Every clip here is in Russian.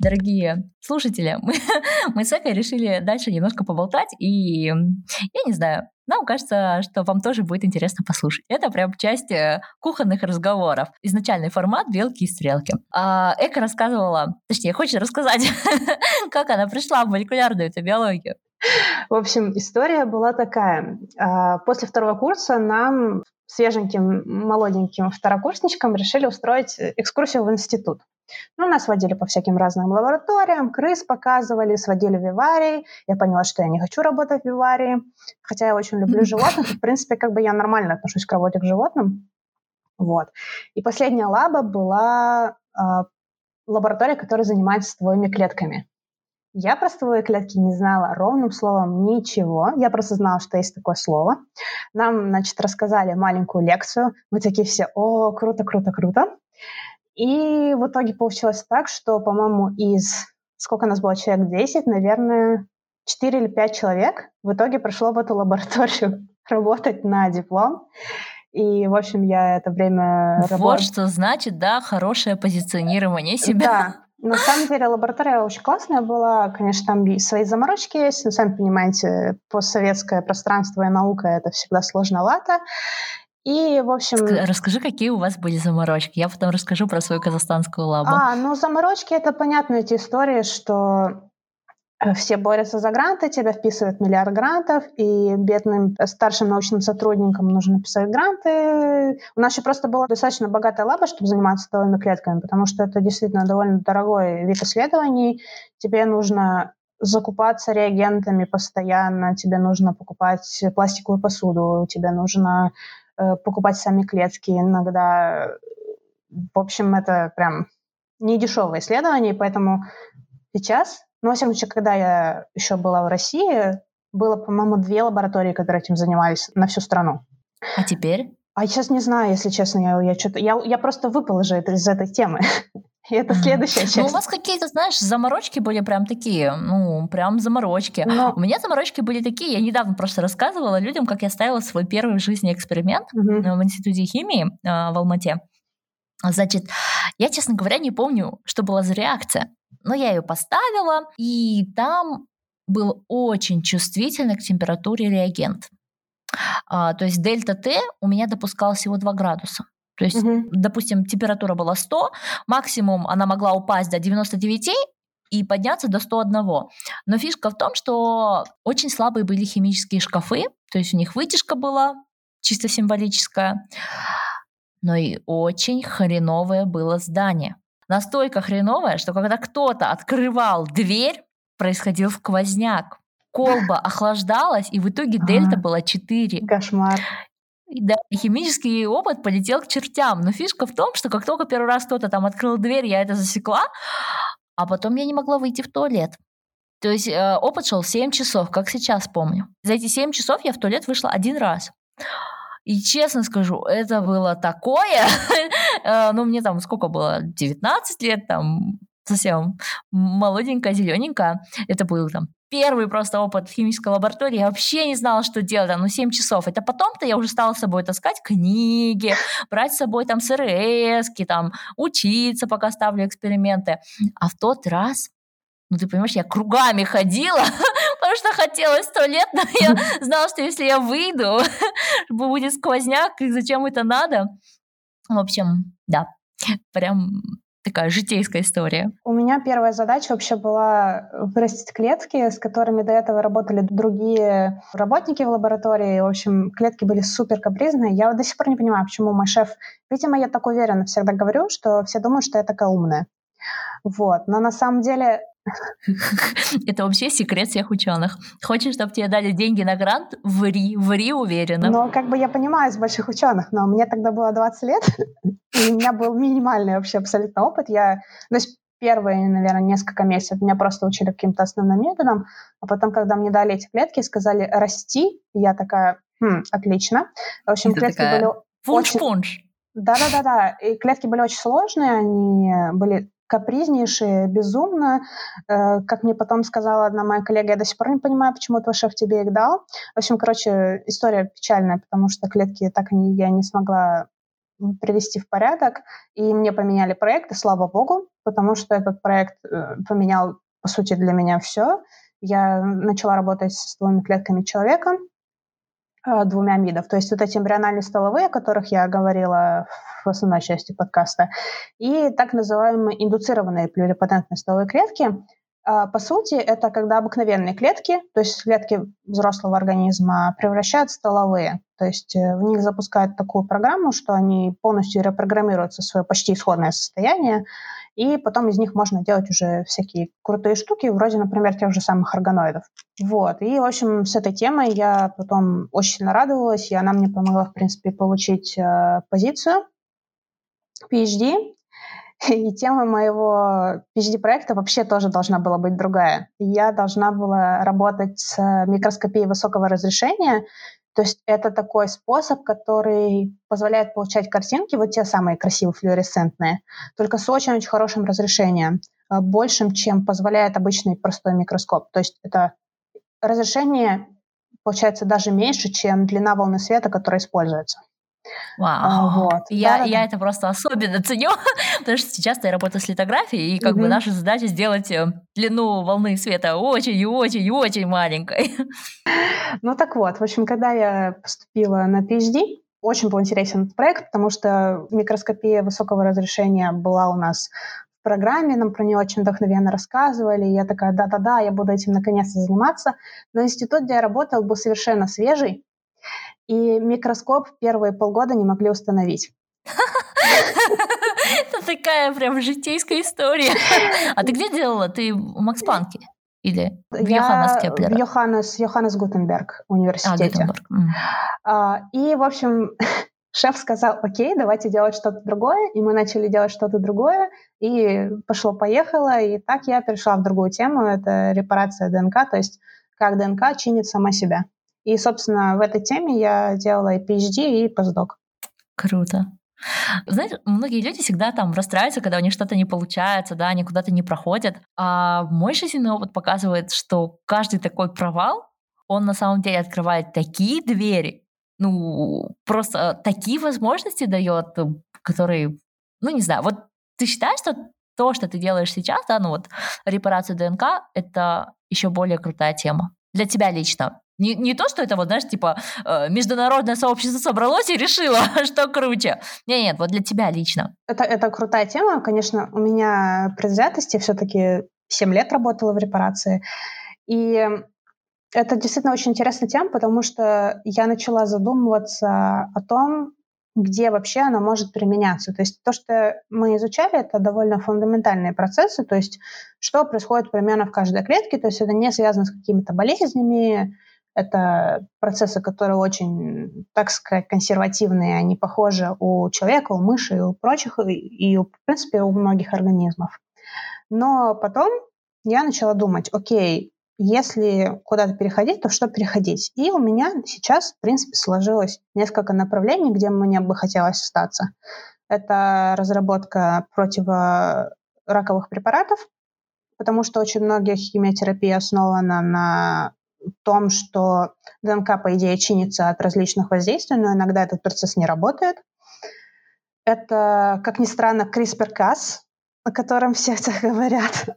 дорогие слушатели, мы с Экой решили дальше немножко поболтать, и я не знаю, нам кажется, что вам тоже будет интересно послушать. Это прям часть кухонных разговоров. Изначальный формат «Белки и стрелки». Эка рассказывала, точнее, хочет рассказать, как она пришла в молекулярную биологию. В общем, история была такая. После второго курса нам, свеженьким, молоденьким второкурсничкам, решили устроить экскурсию в институт. Нас водили по всяким разным лабораториям, крыс показывали, сводили в виварий. Я поняла, что я не хочу работать в виварии, хотя я очень люблю животных. В принципе, я нормально отношусь к работе к животным. Вот. И последняя лаба была лаборатория, которая занимается стволовыми клетками. Я про стволовые клетки не знала ровным словом ничего. Я просто знала, что есть такое слово. Нам, рассказали маленькую лекцию. Мы такие все: «О, круто, круто, круто». И в итоге получилось так, что, по-моему, сколько нас было, человек 10, наверное, 4 или 5 человек в итоге пришло в эту лабораторию работать на диплом. И, в общем, я это время работала. Вот что значит, да, хорошее позиционирование себя. Да. На самом деле лаборатория очень классная была. Конечно, там свои заморочки есть. Но, сами понимаете, постсоветское пространство и наука — это всегда сложновато. И, в общем... Расскажи, какие у вас были заморочки. Я потом расскажу про свою казахстанскую лабу. Заморочки — это, понятно, эти истории, что все борются за гранты, тебя вписывают миллиард грантов, и бедным старшим научным сотрудникам нужно писать гранты. У нас еще просто была достаточно богатая лаба, чтобы заниматься стволовыми клетками, потому что это действительно довольно дорогой вид исследований. Тебе нужно закупаться реагентами постоянно, тебе нужно покупать пластиковую посуду, тебе нужно покупать сами клетки иногда. В общем, это прям не дешевое исследование, поэтому сейчас... во всяком случае, когда я еще была в России, было, по-моему, 2 лаборатории, которые этим занимались на всю страну. А теперь? Я сейчас не знаю, если честно. Я просто выпала же из этой темы. И это следующая часть. У вас какие-то, знаешь, заморочки были прям такие, прям заморочки. У меня заморочки были такие, я недавно просто рассказывала людям, как я ставила свой первый в жизни эксперимент в Институте химии в Алмате. Значит, я, честно говоря, не помню, что была за реакция. Но я ее поставила, и там был очень чувствительный к температуре реагент. То есть дельта-Т у меня допускал всего 2 градуса. То есть, допустим, температура была 100, максимум она могла упасть до 99 и подняться до 101. Но фишка в том, что очень слабые были химические шкафы, то есть у них вытяжка была чисто символическая, но и очень хреновое было здание. Настолько хреновое, что когда кто-то открывал дверь, происходил сквозняк. Колба охлаждалась, и в итоге дельта была 4. Кошмар. Да, химический опыт полетел к чертям. Но фишка в том, что как только первый раз кто-то там открыл дверь, я это засекла, а потом я не могла выйти в туалет. То есть опыт шел 7 часов, как сейчас помню. За эти 7 часов я в туалет вышла 1 раз. И честно скажу, это было такое, мне там сколько было, 19 лет, там совсем молоденькая, зелененькая. Это был там первый просто опыт в химической лаборатории. Я вообще не знала, что делать, 7 часов. Это потом-то я уже стала с собой таскать книги, брать с собой там СРСки, там учиться, пока ставлю эксперименты. А в тот раз, ты понимаешь, я кругами ходила, потому что хотелось в туалет, но я знала, что если я выйду, будет сквозняк, и зачем это надо. В общем, да, прям такая житейская история. У меня первая задача вообще была вырастить клетки, с которыми до этого работали другие работники в лаборатории. В общем, клетки были супер капризные. Я до сих пор не понимаю, почему мой шеф... Видимо, я так уверенно всегда говорю, что все думают, что я такая умная. Но на самом деле... Это вообще секрет всех ученых. Хочешь, чтобы тебе дали деньги на грант? Ври уверенно. Я понимаю из больших ученых, но мне тогда было 20 лет, и у меня был минимальный вообще абсолютно опыт. Первые, наверное, несколько месяцев меня просто учили каким-то основным методом, а потом, когда мне дали эти клетки, сказали «расти», я такая «отлично». В общем, клетки были Пунш-пунш. Да. И клетки были очень сложные, они были капризнейшие, безумно. Как мне потом сказала одна моя коллега, я до сих пор не понимаю, почему твой шеф тебе их дал. В общем, история печальная, потому что клетки я не смогла привести в порядок, и мне поменяли проект, и слава богу, потому что этот проект поменял, по сути, для меня все. Я начала работать с стволовыми клетками человека, двумя видов. То есть вот эти эмбриональные стволовые, о которых я говорила в основной части подкаста, и так называемые индуцированные плюрипотентные стволовые клетки. По сути, это когда обыкновенные клетки, то есть клетки взрослого организма, превращают в стволовые. То есть в них запускают такую программу, что они полностью репрограммируются в свое почти исходное состояние, и потом из них можно делать уже всякие крутые штуки, вроде, например, тех же самых органоидов. Вот. И, в общем, с этой темой я потом очень сильно радовалась, и она мне помогла, в принципе, получить позицию PhD. И тема моего PhD-проекта вообще тоже должна была быть другая. Я должна была работать с микроскопией высокого разрешения. То есть это такой способ, который позволяет получать картинки, вот те самые красивые флуоресцентные, только с очень-очень хорошим разрешением, большим, чем позволяет обычный простой микроскоп. То есть это разрешение получается даже меньше, чем длина волны света, которая используется. Вау. Вот. Я это просто особенно ценю, потому что сейчас я работаю с литографией, и как бы наша задача сделать длину волны света очень-очень-очень маленькой. Ну так вот, в общем, когда я поступила на PhD, очень был интересен этот проект, потому что микроскопия высокого разрешения была у нас в программе, нам про нее очень вдохновенно рассказывали, и я такая, да-да-да, я буду этим наконец-то заниматься. Но институт, где я работала, был совершенно свежий, и микроскоп первые полгода не могли установить. Это такая прям житейская история. А ты где делала? Ты в Макс-Планке? Или в Йоханнес Кеплера? В Йоханнес Гутенберг университете. И, в общем, шеф сказал, окей, давайте делать что-то другое, и мы начали делать что-то другое, и пошло-поехало, и так я перешла в другую тему, это репарация ДНК, то есть как ДНК чинит сама себя. И, собственно, в этой теме я делала и PhD, и постдок. Круто. Знаешь, многие люди всегда там расстраиваются, когда у них что-то не получается, да, они куда-то не проходят. А мой жизненный опыт показывает, что каждый такой провал, он на самом деле открывает такие двери, ну, просто такие возможности дает, которые, ну, не знаю, вот ты считаешь, что то, что ты делаешь сейчас, да, ну вот репарацию ДНК, это еще более крутая тема для тебя лично? Не то, что это вот, знаешь, типа международное сообщество собралось и решило, что круче. Нет, вот для тебя лично. Это крутая тема. Конечно, у меня предвзятости, все-таки 7 лет работала в репарации. И это действительно очень интересная тема, потому что я начала задумываться о том, где вообще она может применяться. То есть то, что мы изучали, это довольно фундаментальные процессы, то есть что происходит примерно в каждой клетке, то есть это не связано с какими-то болезнями, это процессы, которые очень, так сказать, консервативные, они похожи у человека, у мыши, у прочих, и в принципе, у многих организмов. Но потом я начала думать, окей, если куда-то переходить, то что переходить? И у меня сейчас, в принципе, сложилось несколько направлений, где мне бы хотелось остаться. Это разработка противораковых препаратов, потому что очень многие химиотерапии основана на том, что ДНК, по идее, чинится от различных воздействий, но иногда этот процесс не работает. Это, как ни странно, CRISPR-Cas, о котором все так говорят.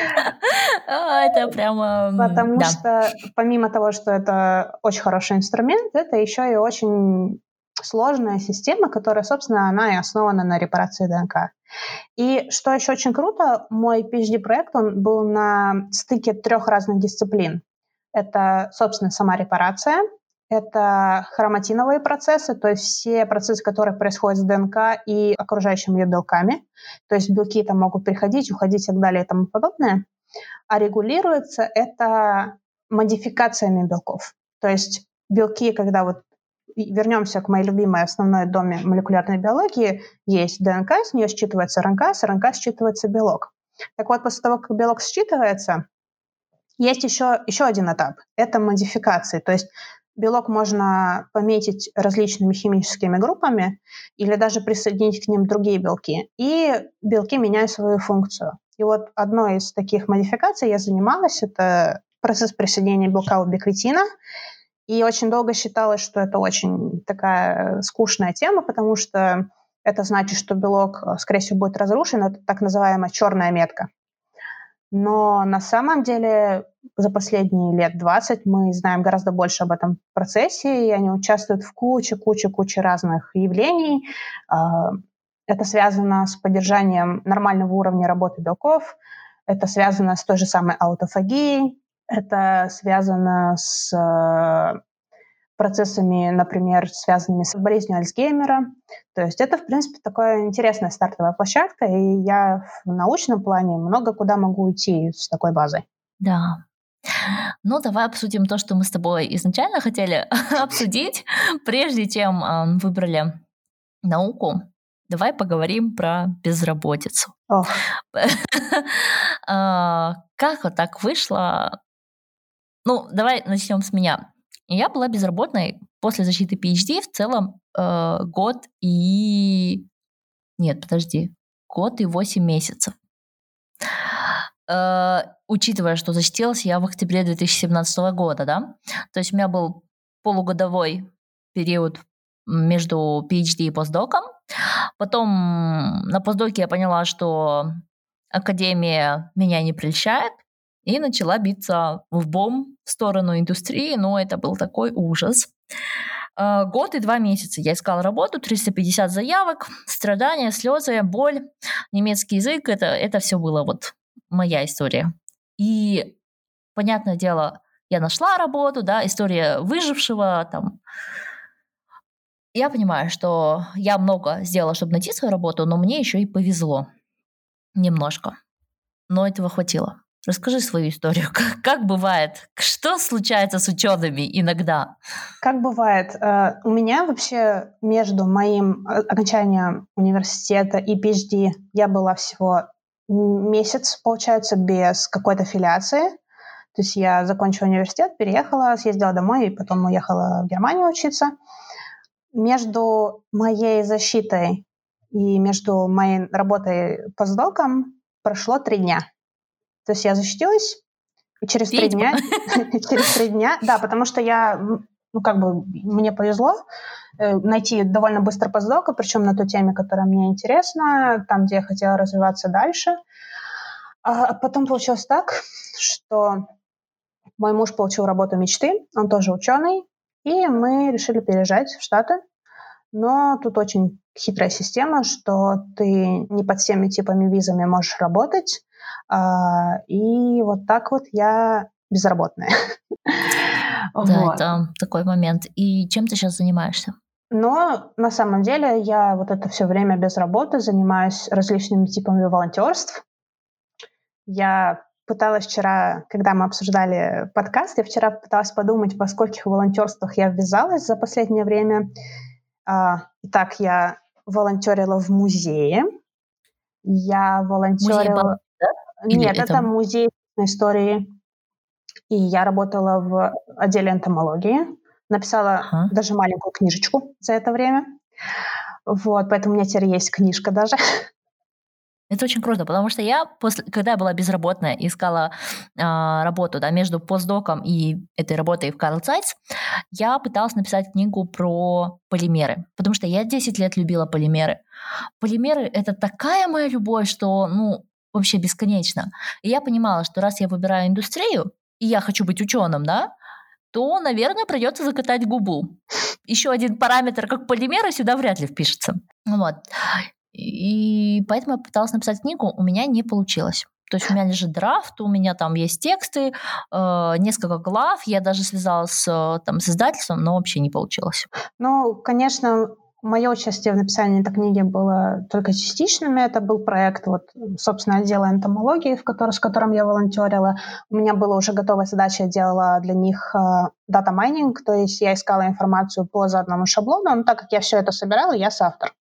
Это прямо... Потому что помимо того, что это очень хороший инструмент, это еще и очень сложная система, которая, собственно, она и основана на репарации ДНК. И что еще очень круто, мой PhD-проект, он был на стыке 3 разных дисциплин. Это, собственно, сама репарация, это хроматиновые процессы, то есть все процессы, которые происходят с ДНК и окружающими ее белками. То есть белки там могут приходить, уходить и так далее и тому подобное. А регулируется это модификациями белков. То есть белки, когда вот вернемся к моей любимой основной доме молекулярной биологии, есть ДНК, с нее считывается РНК, с РНК считывается белок. Так вот, после того, как белок считывается, есть еще один этап. Это модификации. То есть белок можно пометить различными химическими группами или даже присоединить к ним другие белки. И белки меняют свою функцию. И вот одной из таких модификаций я занималась. Это процесс присоединения белка убикретина. И очень долго считалось, что это очень такая скучная тема, потому что это значит, что белок, скорее всего, будет разрушен. Это так называемая черная метка. Но на самом деле за последние лет 20 мы знаем гораздо больше об этом процессе, и они участвуют в куче разных явлений. Это связано с поддержанием нормального уровня работы белков, это связано с той же самой аутофагией, это связано с процессами, например, связанными с болезнью Альцгеймера. То есть это, в принципе, такая интересная стартовая площадка, и я в научном плане много куда могу уйти с такой базой. Да. Ну, давай обсудим то, что мы с тобой изначально хотели обсудить, прежде чем выбрали науку. Давай поговорим про безработицу. Как вот так вышло? Ну, давай начнем с меня. Я была безработной после защиты PhD в целом год и 8 месяцев. Учитывая, что защитилась я в октябре 2017 года, да? То есть у меня был полугодовой период между PhD и постдоком. Потом на постдоке я поняла, что академия меня не прельщает, и начала биться лбом в сторону индустрии, но это был такой ужас. Год и 2 месяца я искала работу, 350 заявок, страдания, слезы, боль, немецкий язык, это все было вот моя история. И, понятное дело, я нашла работу, да, история выжившего, там. Я понимаю, что я много сделала, чтобы найти свою работу, но мне еще и повезло немножко. Но этого хватило. Расскажи свою историю. Как бывает? Что случается с учеными иногда? Как бывает? У меня вообще между моим окончанием университета и PhD я была всего месяц, получается, без какой-то филиации. То есть я закончила университет, переехала, съездила домой и потом уехала в Германию учиться. Между моей защитой и между моей работой постдоком прошло 3 дня. То есть я защитилась, и через 3 дня, да, потому что мне повезло найти довольно быстро постдока, причем на той теме, которая мне интересна, там, где я хотела развиваться дальше. А потом получилось так, что мой муж получил работу мечты, он тоже ученый, и мы решили переезжать в Штаты. Но тут очень хитрая система, что ты не под всеми типами визами можешь работать. И вот так вот я безработная. Да, это такой момент. И чем ты сейчас занимаешься? Но на самом деле я вот это все время без работы занимаюсь различными типами волонтерств. Я пыталась вчера, когда мы обсуждали подкаст, я вчера пыталась подумать, во скольких волонтерствах я ввязалась за последнее время. Итак, я волонтерила в музее. Я волонтерила... Нет, это музей истории. И я работала в отделе энтомологии. Написала даже маленькую книжечку за это время. Вот, поэтому у меня теперь есть книжка даже. Это очень круто, потому что я, когда я была безработная, искала работу, да, между постдоком и этой работой в Carl Zeiss, я пыталась написать книгу про полимеры, потому что я 10 лет любила полимеры. Полимеры — это такая моя любовь, что, вообще бесконечно. И я понимала, что раз я выбираю индустрию, и я хочу быть ученым, да, то, наверное, придется закатать губу. Еще один параметр, как полимеры, сюда вряд ли впишется. Вот. И поэтому я пыталась написать книгу, у меня не получилось. То есть у меня лежит драфт, у меня там есть тексты, несколько глав, я даже связалась с издательством, но вообще не получилось. Ну, конечно, мое участие в написании этой книги было только частичным. Это был проект, собственно, отдела энтомологии, с которым я волонтерила. У меня была уже готовая задача, я делала для них дата-майнинг, то есть я искала информацию по заданному шаблону, но так как я все это собирала, я соавтор.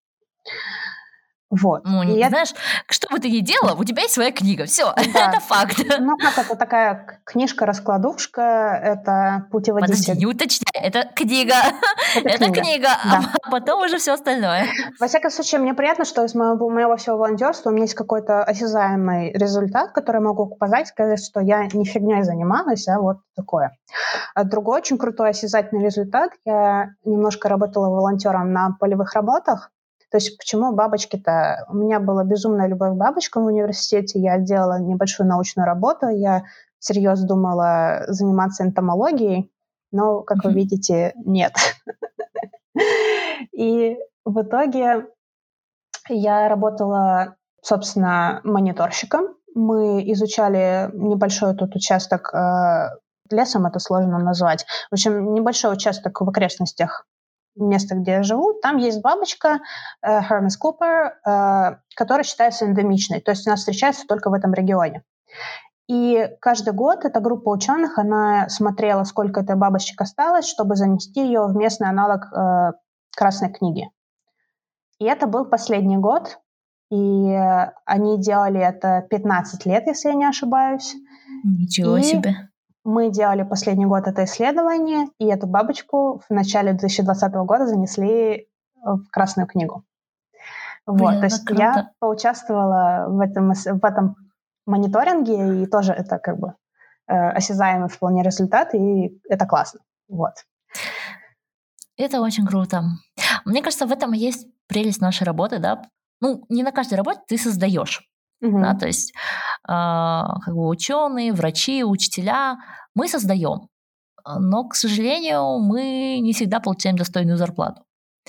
Вот. Знаешь, что бы ты ни делала, у тебя есть своя книга. Все, да. Это факт. Это такая книжка-раскладушка, это путеводитель. Подожди, не уточняй, это книга. Это книга, да. А потом уже все остальное. Во всяком случае, мне приятно, что из моего всего волонтерства у меня есть какой-то осязаемый результат, который я могу показать, сказать, что я не фигней занималась, а вот такое. А другой очень крутой осязательный результат. Я немножко работала волонтером на полевых работах. То есть почему бабочки-то? У меня была безумная любовь к бабочкам в университете, я делала небольшую научную работу, я всерьез думала заниматься энтомологией, но, как вы видите, нет. И в итоге я работала, собственно, мониторщиком. Мы изучали небольшой тут участок, лесом это сложно назвать. В общем, небольшой участок в окрестностях места, где я живу. Там есть бабочка Hermes Cooper, которая считается эндемичной. То есть она встречается только в этом регионе. И каждый год эта группа ученых, она смотрела, сколько этой бабочек осталось, чтобы занести ее в местный аналог Красной книги. И это был последний год, и они делали это 15 лет, если я не ошибаюсь. Ничего себе. Мы делали последний год это исследование, и эту бабочку в начале 2020 года занесли в Красную книгу. Вот, то есть я поучаствовала в этом мониторинге, и тоже это как бы осязаемый вполне результат, и это классно. Вот. Это очень круто. Мне кажется, в этом и есть прелесть нашей работы, да. Ну, не на каждой работе ты создаешь. Да, то есть как бы ученые, врачи, учителя, мы создаем. Но, к сожалению, мы не всегда получаем достойную зарплату.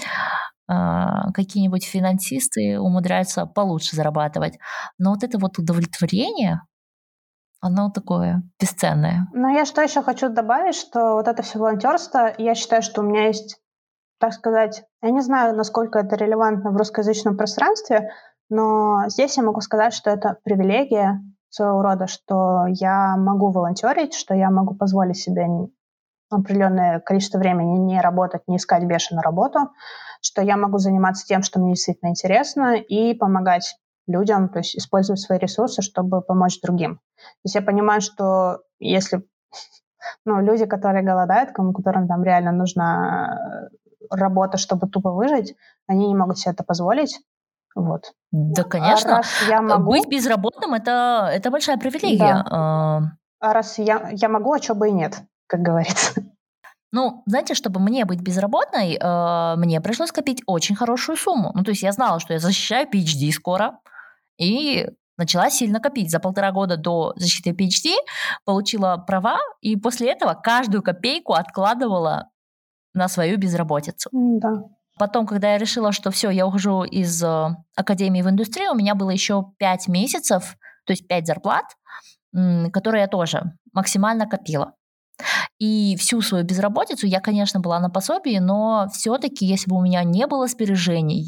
Какие-нибудь финансисты умудряются получше зарабатывать. Но вот это вот удовлетворение, оно такое бесценное. Но я что еще хочу добавить, что вот это все волонтерство, я считаю, что у меня есть, так сказать, я не знаю, насколько это релевантно в русскоязычном пространстве, но здесь я могу сказать, что это привилегия своего рода, что я могу волонтерить, что я могу позволить себе определенное количество времени не работать, не искать бешеную работу, что я могу заниматься тем, что мне действительно интересно, и помогать людям, то есть использовать свои ресурсы, чтобы помочь другим. То есть я понимаю, что если люди, которые голодают, которым там реально нужна работа, чтобы тупо выжить, они не могут себе это позволить. Вот. Да, конечно. Я могу... Быть безработным – это большая привилегия. Да. А раз я могу, а чего бы и нет, как говорится. Ну, знаете, чтобы мне быть безработной, мне пришлось копить очень хорошую сумму. Ну, то есть я знала, что я защищаю PhD скоро, и начала сильно копить. За 1,5 года до защиты PhD получила права, и после этого каждую копейку откладывала на свою безработицу. Да. Потом, когда я решила, что все, я ухожу из академии в индустрию, у меня было еще 5 месяцев, то есть 5 зарплат, которые я тоже максимально копила. И всю свою безработицу я, конечно, была на пособии, но все-таки, если бы у меня не было сбережений,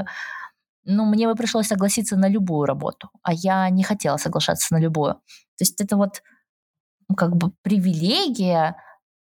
мне бы пришлось согласиться на любую работу, а я не хотела соглашаться на любую. То есть это вот как бы привилегия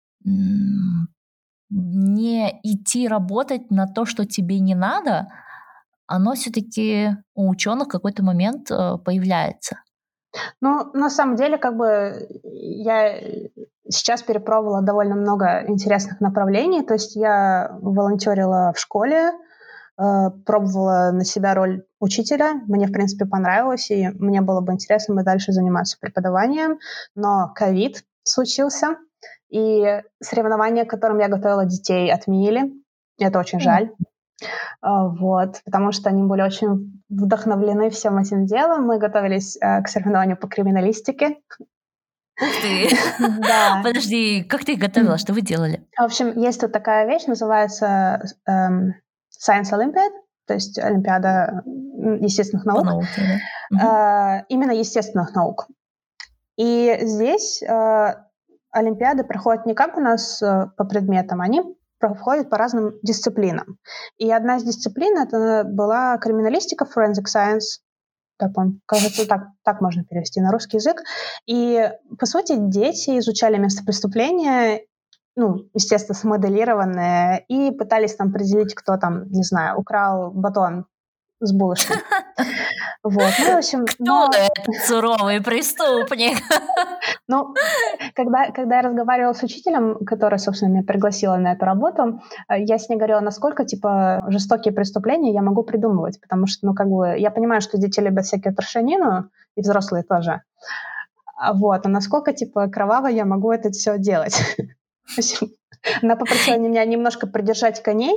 не идти работать на то, что тебе не надо, оно все-таки у ученых в какой-то момент появляется. Ну, на самом деле, как бы я сейчас перепробовала довольно много интересных направлений. То есть я волонтерила в школе, пробовала на себя роль учителя. Мне, в принципе, понравилось, и мне было бы интересно бы дальше заниматься преподаванием. Но ковид случился, и соревнования, к которым я готовила детей, отменили. Это очень жаль. Вот, потому что они были очень вдохновлены всем этим делом. Мы готовились к соревнованию по криминалистике. Ух ты! Да. Подожди, как ты их готовила? Что вы делали? В общем, есть тут такая вещь, называется Science Olympiad, то есть Олимпиада естественных наук. По науке, да? Именно естественных наук. И здесь Олимпиады проходят не как у нас по предметам, они проходят по разным дисциплинам. И одна из дисциплин это была криминалистика, forensic science. Кажется, так можно перевести на русский язык. И, по сути, дети изучали место преступления, естественно, смоделированное, и пытались там определить, кто там, не знаю, украл батон с булочкой. Вот. Ну, в общем, кто этот суровый преступник? Когда я разговаривала с учителем, который, собственно, меня пригласила на эту работу, я с ней говорила, насколько, жестокие преступления я могу придумывать, потому что, я понимаю, что дети любят всякую трошанину, и взрослые тоже. Вот. А насколько, кроваво я могу это все делать? Она попросила меня немножко придержать коней,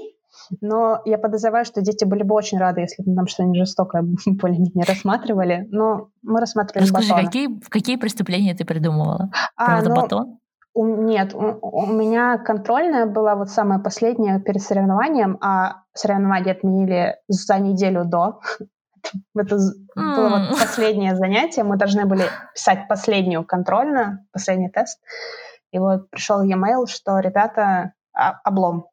Но я подозреваю, что дети были бы очень рады, если бы нам что-нибудь жестокое более-менее рассматривали. Но мы рассматривали Расскажи, батоны. какие преступления ты придумывала? Правда, батон? Нет, у меня контрольная была вот самая последняя перед соревнованием, а соревнования отменили за неделю до. Это было вот последнее занятие. Мы должны были писать последнюю контрольную, последний тест. И вот пришел e-mail, что, ребята, облом.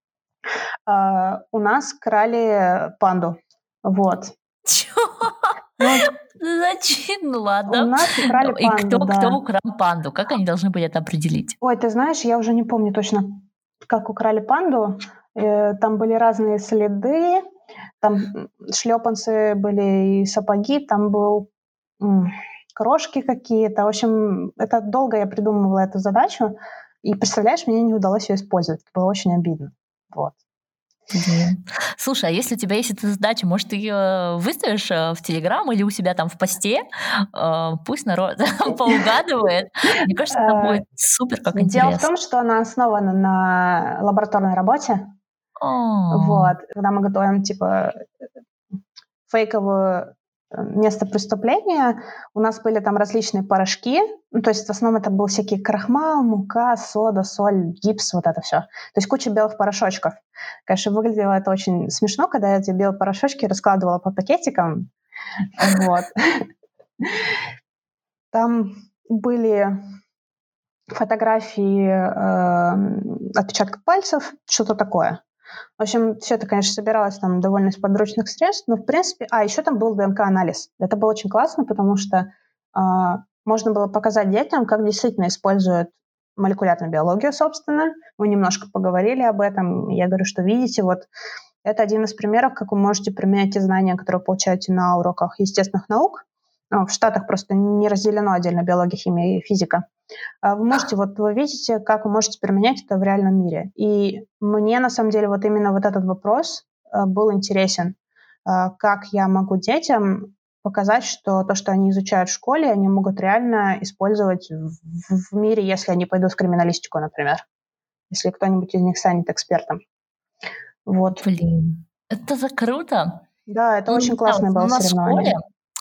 У нас крали панду. Вот. Чё? Зачем? Ну ладно. У нас украли панду, И кто украл панду? Как они должны были это определить? Ой, ты знаешь, я уже не помню точно, как украли панду. Там были разные следы, там шлепанцы были и сапоги, там был крошки какие-то. В общем, это долго я придумывала эту задачу. И, представляешь, мне не удалось ее использовать. Это было очень обидно. Вот. Слушай, а если у тебя есть эта задача, может, ты ее выставишь в Телеграм или у себя там в посте? Пусть народ поугадывает. Мне кажется, это будет супер как интересно. Дело в том, что она основана на лабораторной работе. Вот. Когда мы готовим, типа, фейковую место преступления, у нас были там различные порошки, ну, то есть в основном это был всякий крахмал, мука, сода, соль, гипс, вот это все. То есть куча белых порошочков. Конечно, выглядело это очень смешно, когда я эти белые порошочки раскладывала по пакетикам. Вот. Там были фотографии отпечатков пальцев, что-то такое. В общем, все это, конечно, собиралось там довольно из подручных средств, но, в принципе... еще там был ДНК-анализ. Это было очень классно, потому что можно было показать детям, как действительно используют молекулярную биологию, собственно. Мы немножко поговорили об этом. Я говорю, что видите, вот это один из примеров, как вы можете применять те знания, которые получаете на уроках естественных наук. В Штатах просто не разделено отдельно биология, химия и физика. Вы можете, вот вы видите, как вы можете применять это в реальном мире. И мне, на самом деле, вот именно вот этот вопрос был интересен. Как я могу детям показать, что то, что они изучают в школе, они могут реально использовать в мире, если они пойдут в криминалистику, например. Если кто-нибудь из них станет экспертом. Вот. Блин, это так круто. Да, это очень классное было соревнование.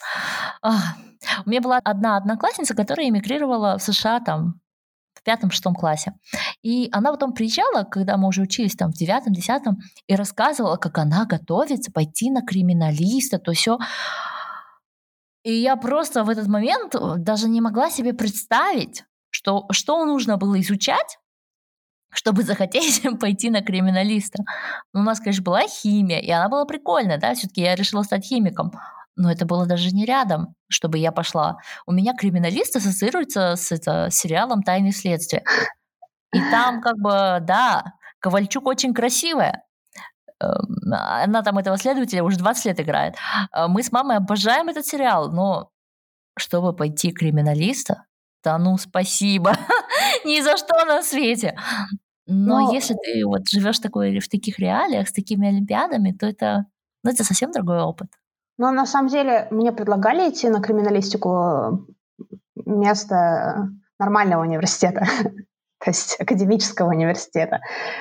У меня была одна одноклассница, которая эмигрировала в США там в 5-6 классе. И она потом приезжала, когда мы уже учились там в 9-10, и рассказывала, как она готовится пойти на криминалиста, то все. И я просто в этот момент даже не могла себе представить, что нужно было изучать, чтобы захотеть пойти на криминалиста. У нас, конечно, была химия, и она была прикольная, да, все-таки я решила стать химиком. Но это было даже не рядом, чтобы я пошла. У меня криминалист ассоциируется с сериалом «Тайны следствия». И там как бы, да, Ковальчук очень красивая. Она там этого следователя уже 20 лет играет. Мы с мамой обожаем этот сериал, но чтобы пойти криминалиста, да ну спасибо, ни за что на свете. Но если ты вот живешь в таких реалиях, с такими олимпиадами, то это совсем другой опыт. Но на самом деле мне предлагали идти на криминалистику вместо нормального университета, то есть академического университета.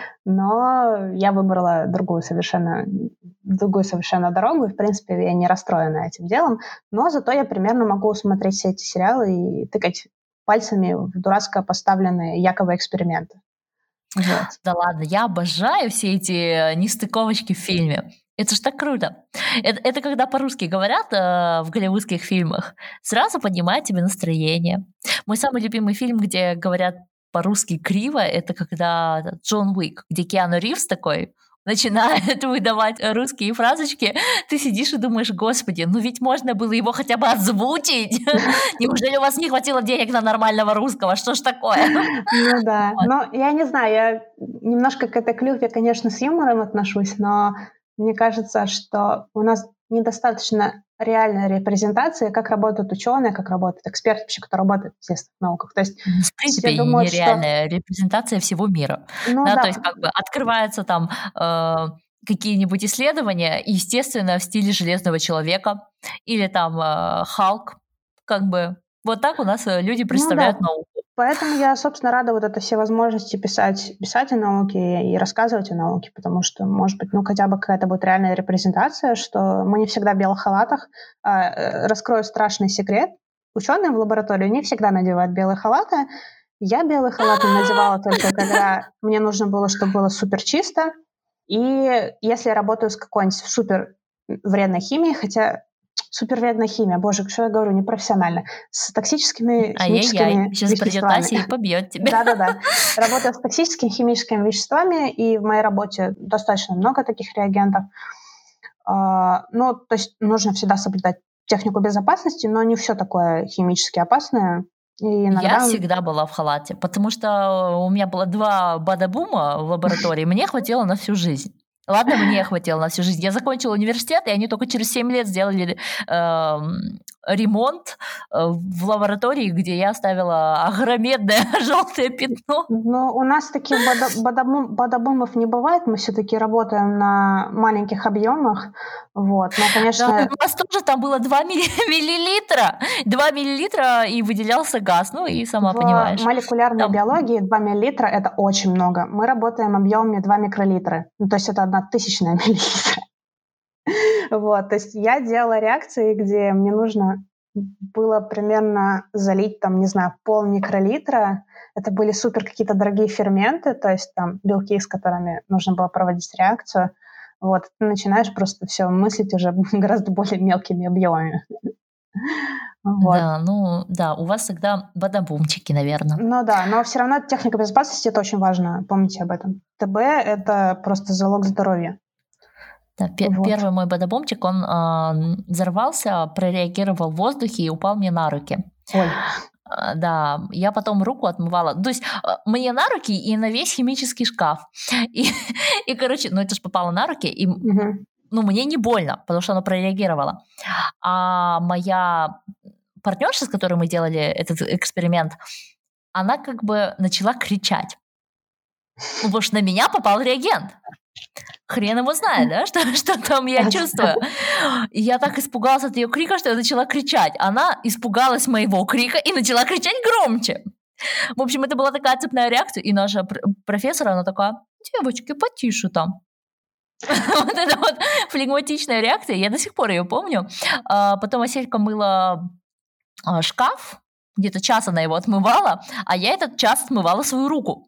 Но я выбрала другую совершенно дорогу, и, в принципе, я не расстроена этим делом. Но зато я примерно могу смотреть все эти сериалы и тыкать пальцами в дурацко поставленные якобы эксперименты. Вот. Да ладно, я обожаю все эти нестыковочки в фильме. Это ж так круто. Это когда по-русски говорят в голливудских фильмах, сразу поднимает тебе настроение. Мой самый любимый фильм, где говорят по-русски криво, это когда Джон Уик, где Киану Ривз такой начинает выдавать русские фразочки, ты сидишь и думаешь, господи, ну ведь можно было его хотя бы озвучить. Неужели у вас не хватило денег на нормального русского? Что ж такое? Ну да, но я не знаю, я немножко к этой клюкве, конечно, с юмором отношусь, но мне кажется, что у нас недостаточно реальной репрезентации, как работают ученые, как работают эксперты, вообще, кто работает в естественных науках. То есть, в принципе, нереальная репрезентация всего мира. Ну, да. То есть как бы открываются там какие-нибудь исследования, естественно, в стиле Железного человека или там Халк, как бы. Вот так у нас люди представляют науку. Поэтому я, собственно, рада вот это все возможности писать о науке и рассказывать о науке, потому что, может быть, хотя бы какая-то будет реальная репрезентация, что мы не всегда в белых халатах. Раскрою страшный секрет. Ученые в лаборатории не всегда надевают белые халаты. Я белые халаты надевала только когда мне нужно было, чтобы было супер чисто. И если я работаю с какой-нибудь супер вредной химией, хотя супервредная химия, боже, что я говорю, непрофессионально, с токсическими химическими Сейчас веществами. придет Ася и побьет тебя. Да-да-да. Работаю с токсическими химическими веществами, и в моей работе достаточно много таких реагентов. То есть нужно всегда соблюдать технику безопасности, но не все такое химически опасное. И иногда... Я всегда была в халате, потому что у меня было 2 бадабума в лаборатории, мне хватило на всю жизнь. Ладно, мне хватило на всю жизнь. Я закончила университет, и они только через 7 лет сделали ремонт в лаборатории, где я оставила огромное желтое пятно. Но у нас таких бадабумов не бывает, мы все-таки работаем на маленьких объемах. Вот. Но, конечно... Да, у нас тоже там было 2 миллилитра. 2 миллилитра, и выделялся газ. И сама понимаешь. В молекулярной биологии 2 миллилитра – это очень много. Мы работаем объемами 2 микролитра. То есть это 1/1000 миллилитра. Вот, то есть я делала реакции, где мне нужно было примерно залить, пол-микролитра. Это были супер какие-то дорогие ферменты, то есть там белки, с которыми нужно было проводить реакцию. Вот, ты начинаешь просто все мыслить уже гораздо более мелкими объемами. Вот. Да, у вас всегда бадабумчики, наверное. Но все равно техника безопасности – это очень важно, помните об этом. ТБ – это просто залог здоровья. Да, первый мой бадабомчик, он взорвался, прореагировал в воздухе и упал мне на руки. Ой. Да, я потом руку отмывала. То есть мне на руки и на весь химический шкаф. И короче, это же попало на руки, и мне не больно, потому что оно прореагировало. А моя партнерша, с которой мы делали этот эксперимент, она как бы начала кричать. Потому что на меня попал реагент. Хрен его знает, да, что там я чувствую. И я так испугалась от ее крика, что я начала кричать. Она испугалась моего крика и начала кричать громче. В общем, это была такая цепная реакция. И наша профессор, она такая: девочки, потише там. Вот эта вот флегматичная реакция, я до сих пор ее помню. Потом Аселька мыла шкаф, где-то час она его отмывала, а я этот час отмывала свою руку.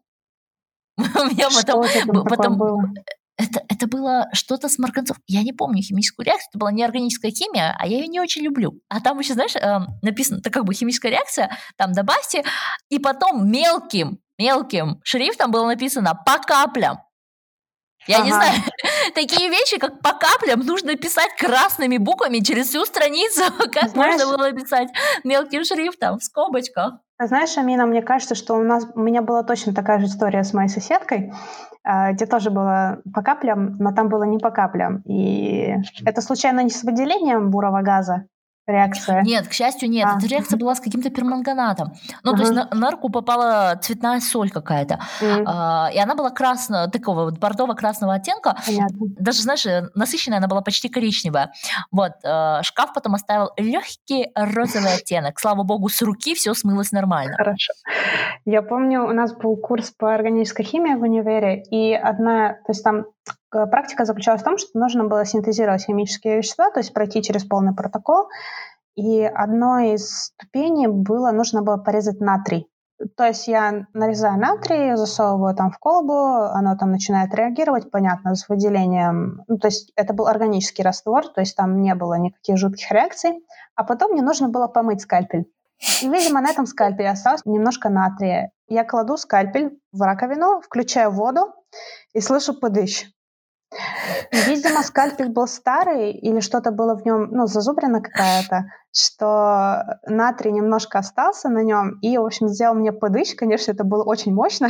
Что потом было? Это было что-то с марганцовкой. Я не помню химическую реакцию. Это была неорганическая химия, а я ее не очень люблю. А там еще, знаешь, написано, это как бы химическая реакция, там добавьте, и потом мелким шрифтом было написано «по каплям». Я не знаю, такие вещи, как «по каплям», нужно писать красными буквами через всю страницу. Как можно было писать мелким шрифтом в скобочках? Знаешь, Амина, мне кажется, что у меня была точно такая же история с моей соседкой, где тоже было по каплям, но там было не по каплям. И это случайно не с выделением бурого газа реакция? Нет, к счастью, нет. Эта реакция была с каким-то перманганатом. То есть на руку попала цветная соль какая-то. И она была такого вот бордово-красного оттенка. Понятно. Даже, знаешь, насыщенная она была почти коричневая. Вот. Шкаф потом оставил легкий розовый оттенок. Слава богу, с руки все смылось нормально. Хорошо. Я помню, у нас был курс по органической химии в универе, и то есть там практика заключалась в том, что нужно было синтезировать химические вещества, то есть пройти через полный протокол, и одной из ступеней нужно было порезать натрий. То есть я нарезаю натрий, засовываю там в колбу, оно там начинает реагировать, понятно, с выделением. То есть это был органический раствор, то есть там не было никаких жутких реакций. А потом мне нужно было помыть скальпель. И, видимо, на этом скальпеле осталось немножко натрия. Я кладу скальпель в раковину, включаю воду и слышу подыщ. Видимо, скальпель был старый или что-то было в нем, зазубрина какая-то, что натрий немножко остался на нем и, в общем, сделал мне подыщ. Конечно, это было очень мощно.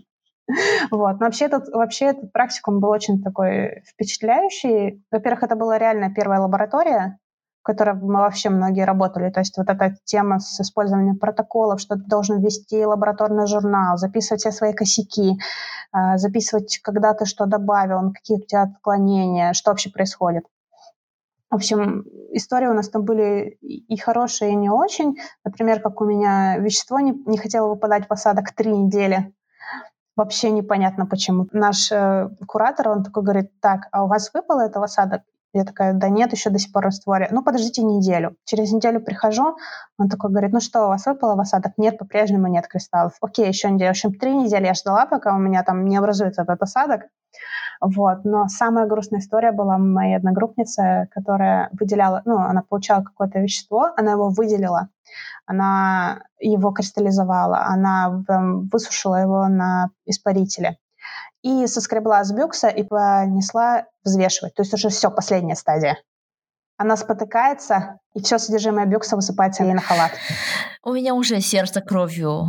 Вот. Но вообще этот практикум был очень такой впечатляющий. Во-первых, это была реально первая лаборатория, в которой мы вообще многие работали. То есть вот эта тема с использованием протоколов, что ты должен вести лабораторный журнал, записывать все свои косяки, записывать, когда ты что добавил, какие у тебя отклонения, что вообще происходит. В общем, истории у нас там были и хорошие, и не очень. Например, как у меня вещество не хотело выпадать в осадок 3 недели. Вообще непонятно почему. Наш куратор, он такой говорит: так, а у вас выпало это в осадок? Я такая: да нет, еще до сих пор в растворе. Ну, подождите неделю. Через неделю прихожу, он такой говорит: ну что, у вас выпало в осадок? Нет, по-прежнему нет кристаллов. Окей, еще неделю. В общем, 3 недели я ждала, пока у меня там не образуется этот осадок. Вот. Но самая грустная история была моей одногруппницы, которая выделяла, она получала какое-то вещество, она его выделила, она его кристаллизовала, она высушила его на испарителе и соскребла с бюкса и понесла взвешивать. То есть уже все, последняя стадия. Она спотыкается, и все содержимое бюкса высыпается ей на халат. У меня уже сердце кровью.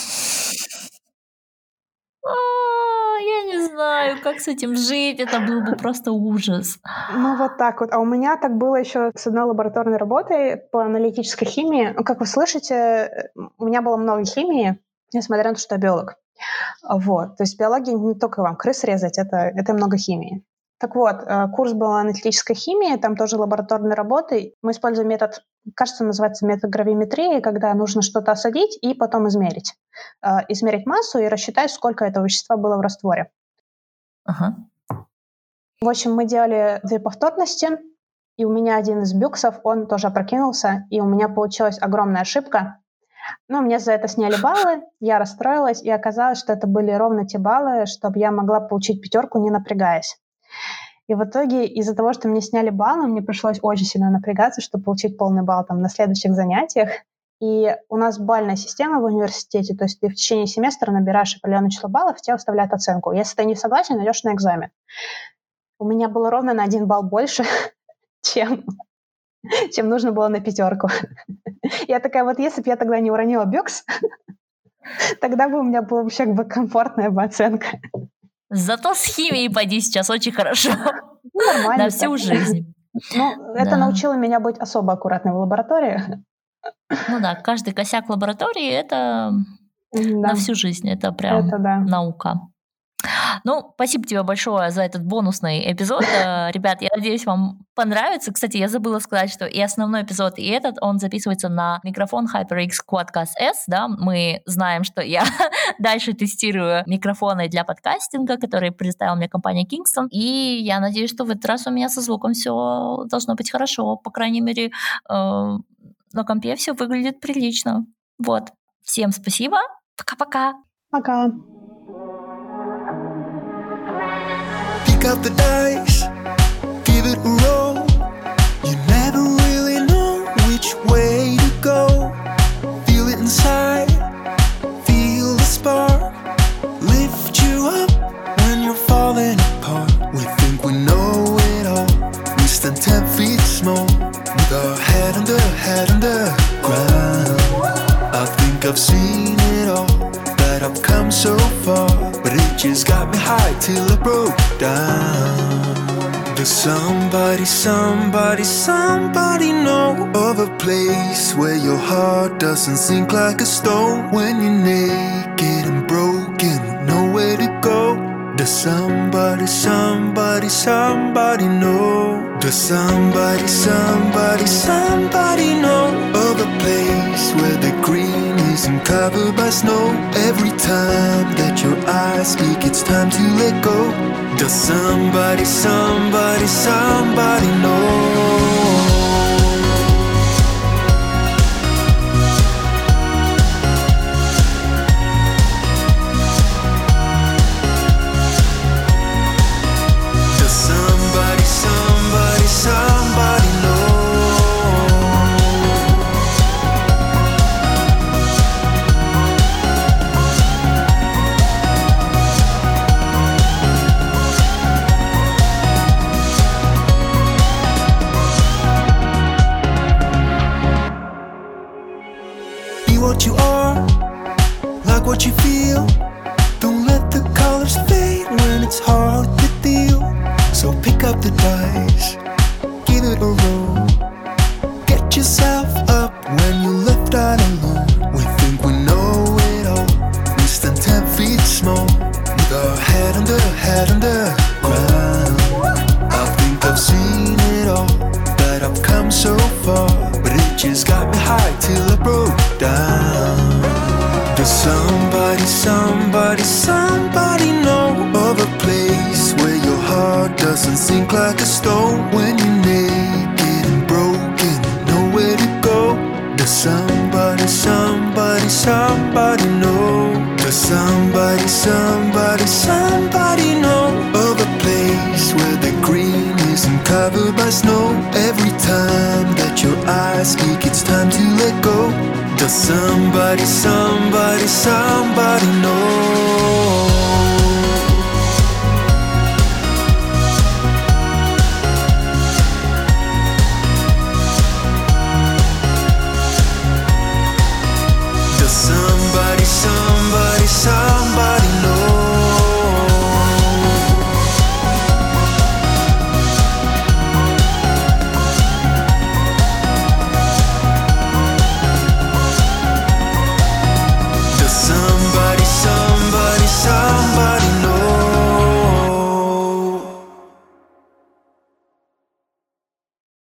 Я не знаю, как с этим жить, это был бы просто ужас. Ну, вот так вот. А у меня так было еще с одной лабораторной работой по аналитической химии. Как вы слышите, у меня было много химии, несмотря на то, что я биолог. Вот. То есть биология не только вам крыс резать, это много химии. Так вот, курс был аналитической химии, там тоже лабораторные работы. Мы используем метод, кажется, называется метод гравиметрии, когда нужно что-то осадить и потом измерить. Измерить массу и рассчитать, сколько этого вещества было в растворе. Ага. В общем, мы делали 2 повторности, и у меня один из бюксов, он тоже опрокинулся, и у меня получилась огромная ошибка. Но мне за это сняли баллы, я расстроилась, и оказалось, что это были ровно те баллы, чтобы я могла получить 5, не напрягаясь. И в итоге из-за того, что мне сняли баллы, мне пришлось очень сильно напрягаться, чтобы получить полный балл там на следующих занятиях. И у нас бальная система в университете, то есть ты в течение семестра набираешь определенное число баллов, тебе выставляют оценку. Если ты не согласен, идешь на экзамен. У меня было ровно на 1 балл больше, чем нужно было на 5. Я такая: вот если бы я тогда не уронила бюкс, тогда бы у меня была вообще комфортная бы оценка. Зато с химией пойди сейчас очень хорошо. Нормально. На всю жизнь. Это научило меня быть особо аккуратной в лаборатории. Ну да, каждый косяк в лаборатории — это на всю жизнь, это прям наука. Ну, спасибо тебе большое за этот бонусный эпизод. Ребят, я надеюсь, вам понравится. Кстати, я забыла сказать, что и основной эпизод, и этот, он записывается на микрофон HyperX Quadcast S. Да? Мы знаем, что я дальше тестирую микрофоны для подкастинга, которые представила мне компания Kingston. И я надеюсь, что в этот раз у меня со звуком все должно быть хорошо. По крайней мере, на компе все выглядит прилично. Вот. Всем спасибо. Пока-пока. Пока. Pick up the dice, give it a roll. You never really know which way to go. Feel it inside, feel the spark. Lift you up when you're falling apart. We think we know it all. We stand 10 feet small, with our head under ground. I think I've seen it all, that I've come so far, but it just got me high till I broke down. Does somebody know of a place where your heart doesn't sink like a stone? When you're naked and broken with nowhere to go. Does somebody know? Does somebody know of a place where the green isn't covered by snow? Every time that your eyes speak, it's time to let go. Does somebody know? Somebody know. Be what you are, like what you feel. Don't let the colors fade when it's hard to deal. So pick up the dice, give it a roll. Get yourself up when you're left out alone. We think we know it all. We stand 10 feet small, with our head under ground. I think I've seen it all, but till I broke down. Does somebody know of a place where your heart doesn't sink like a stone? When you're naked and broken, nowhere to go. Does somebody know? Does somebody know of a place where the green isn't covered by snow? Every time that your eyes speak, it's time to let go. Does somebody know?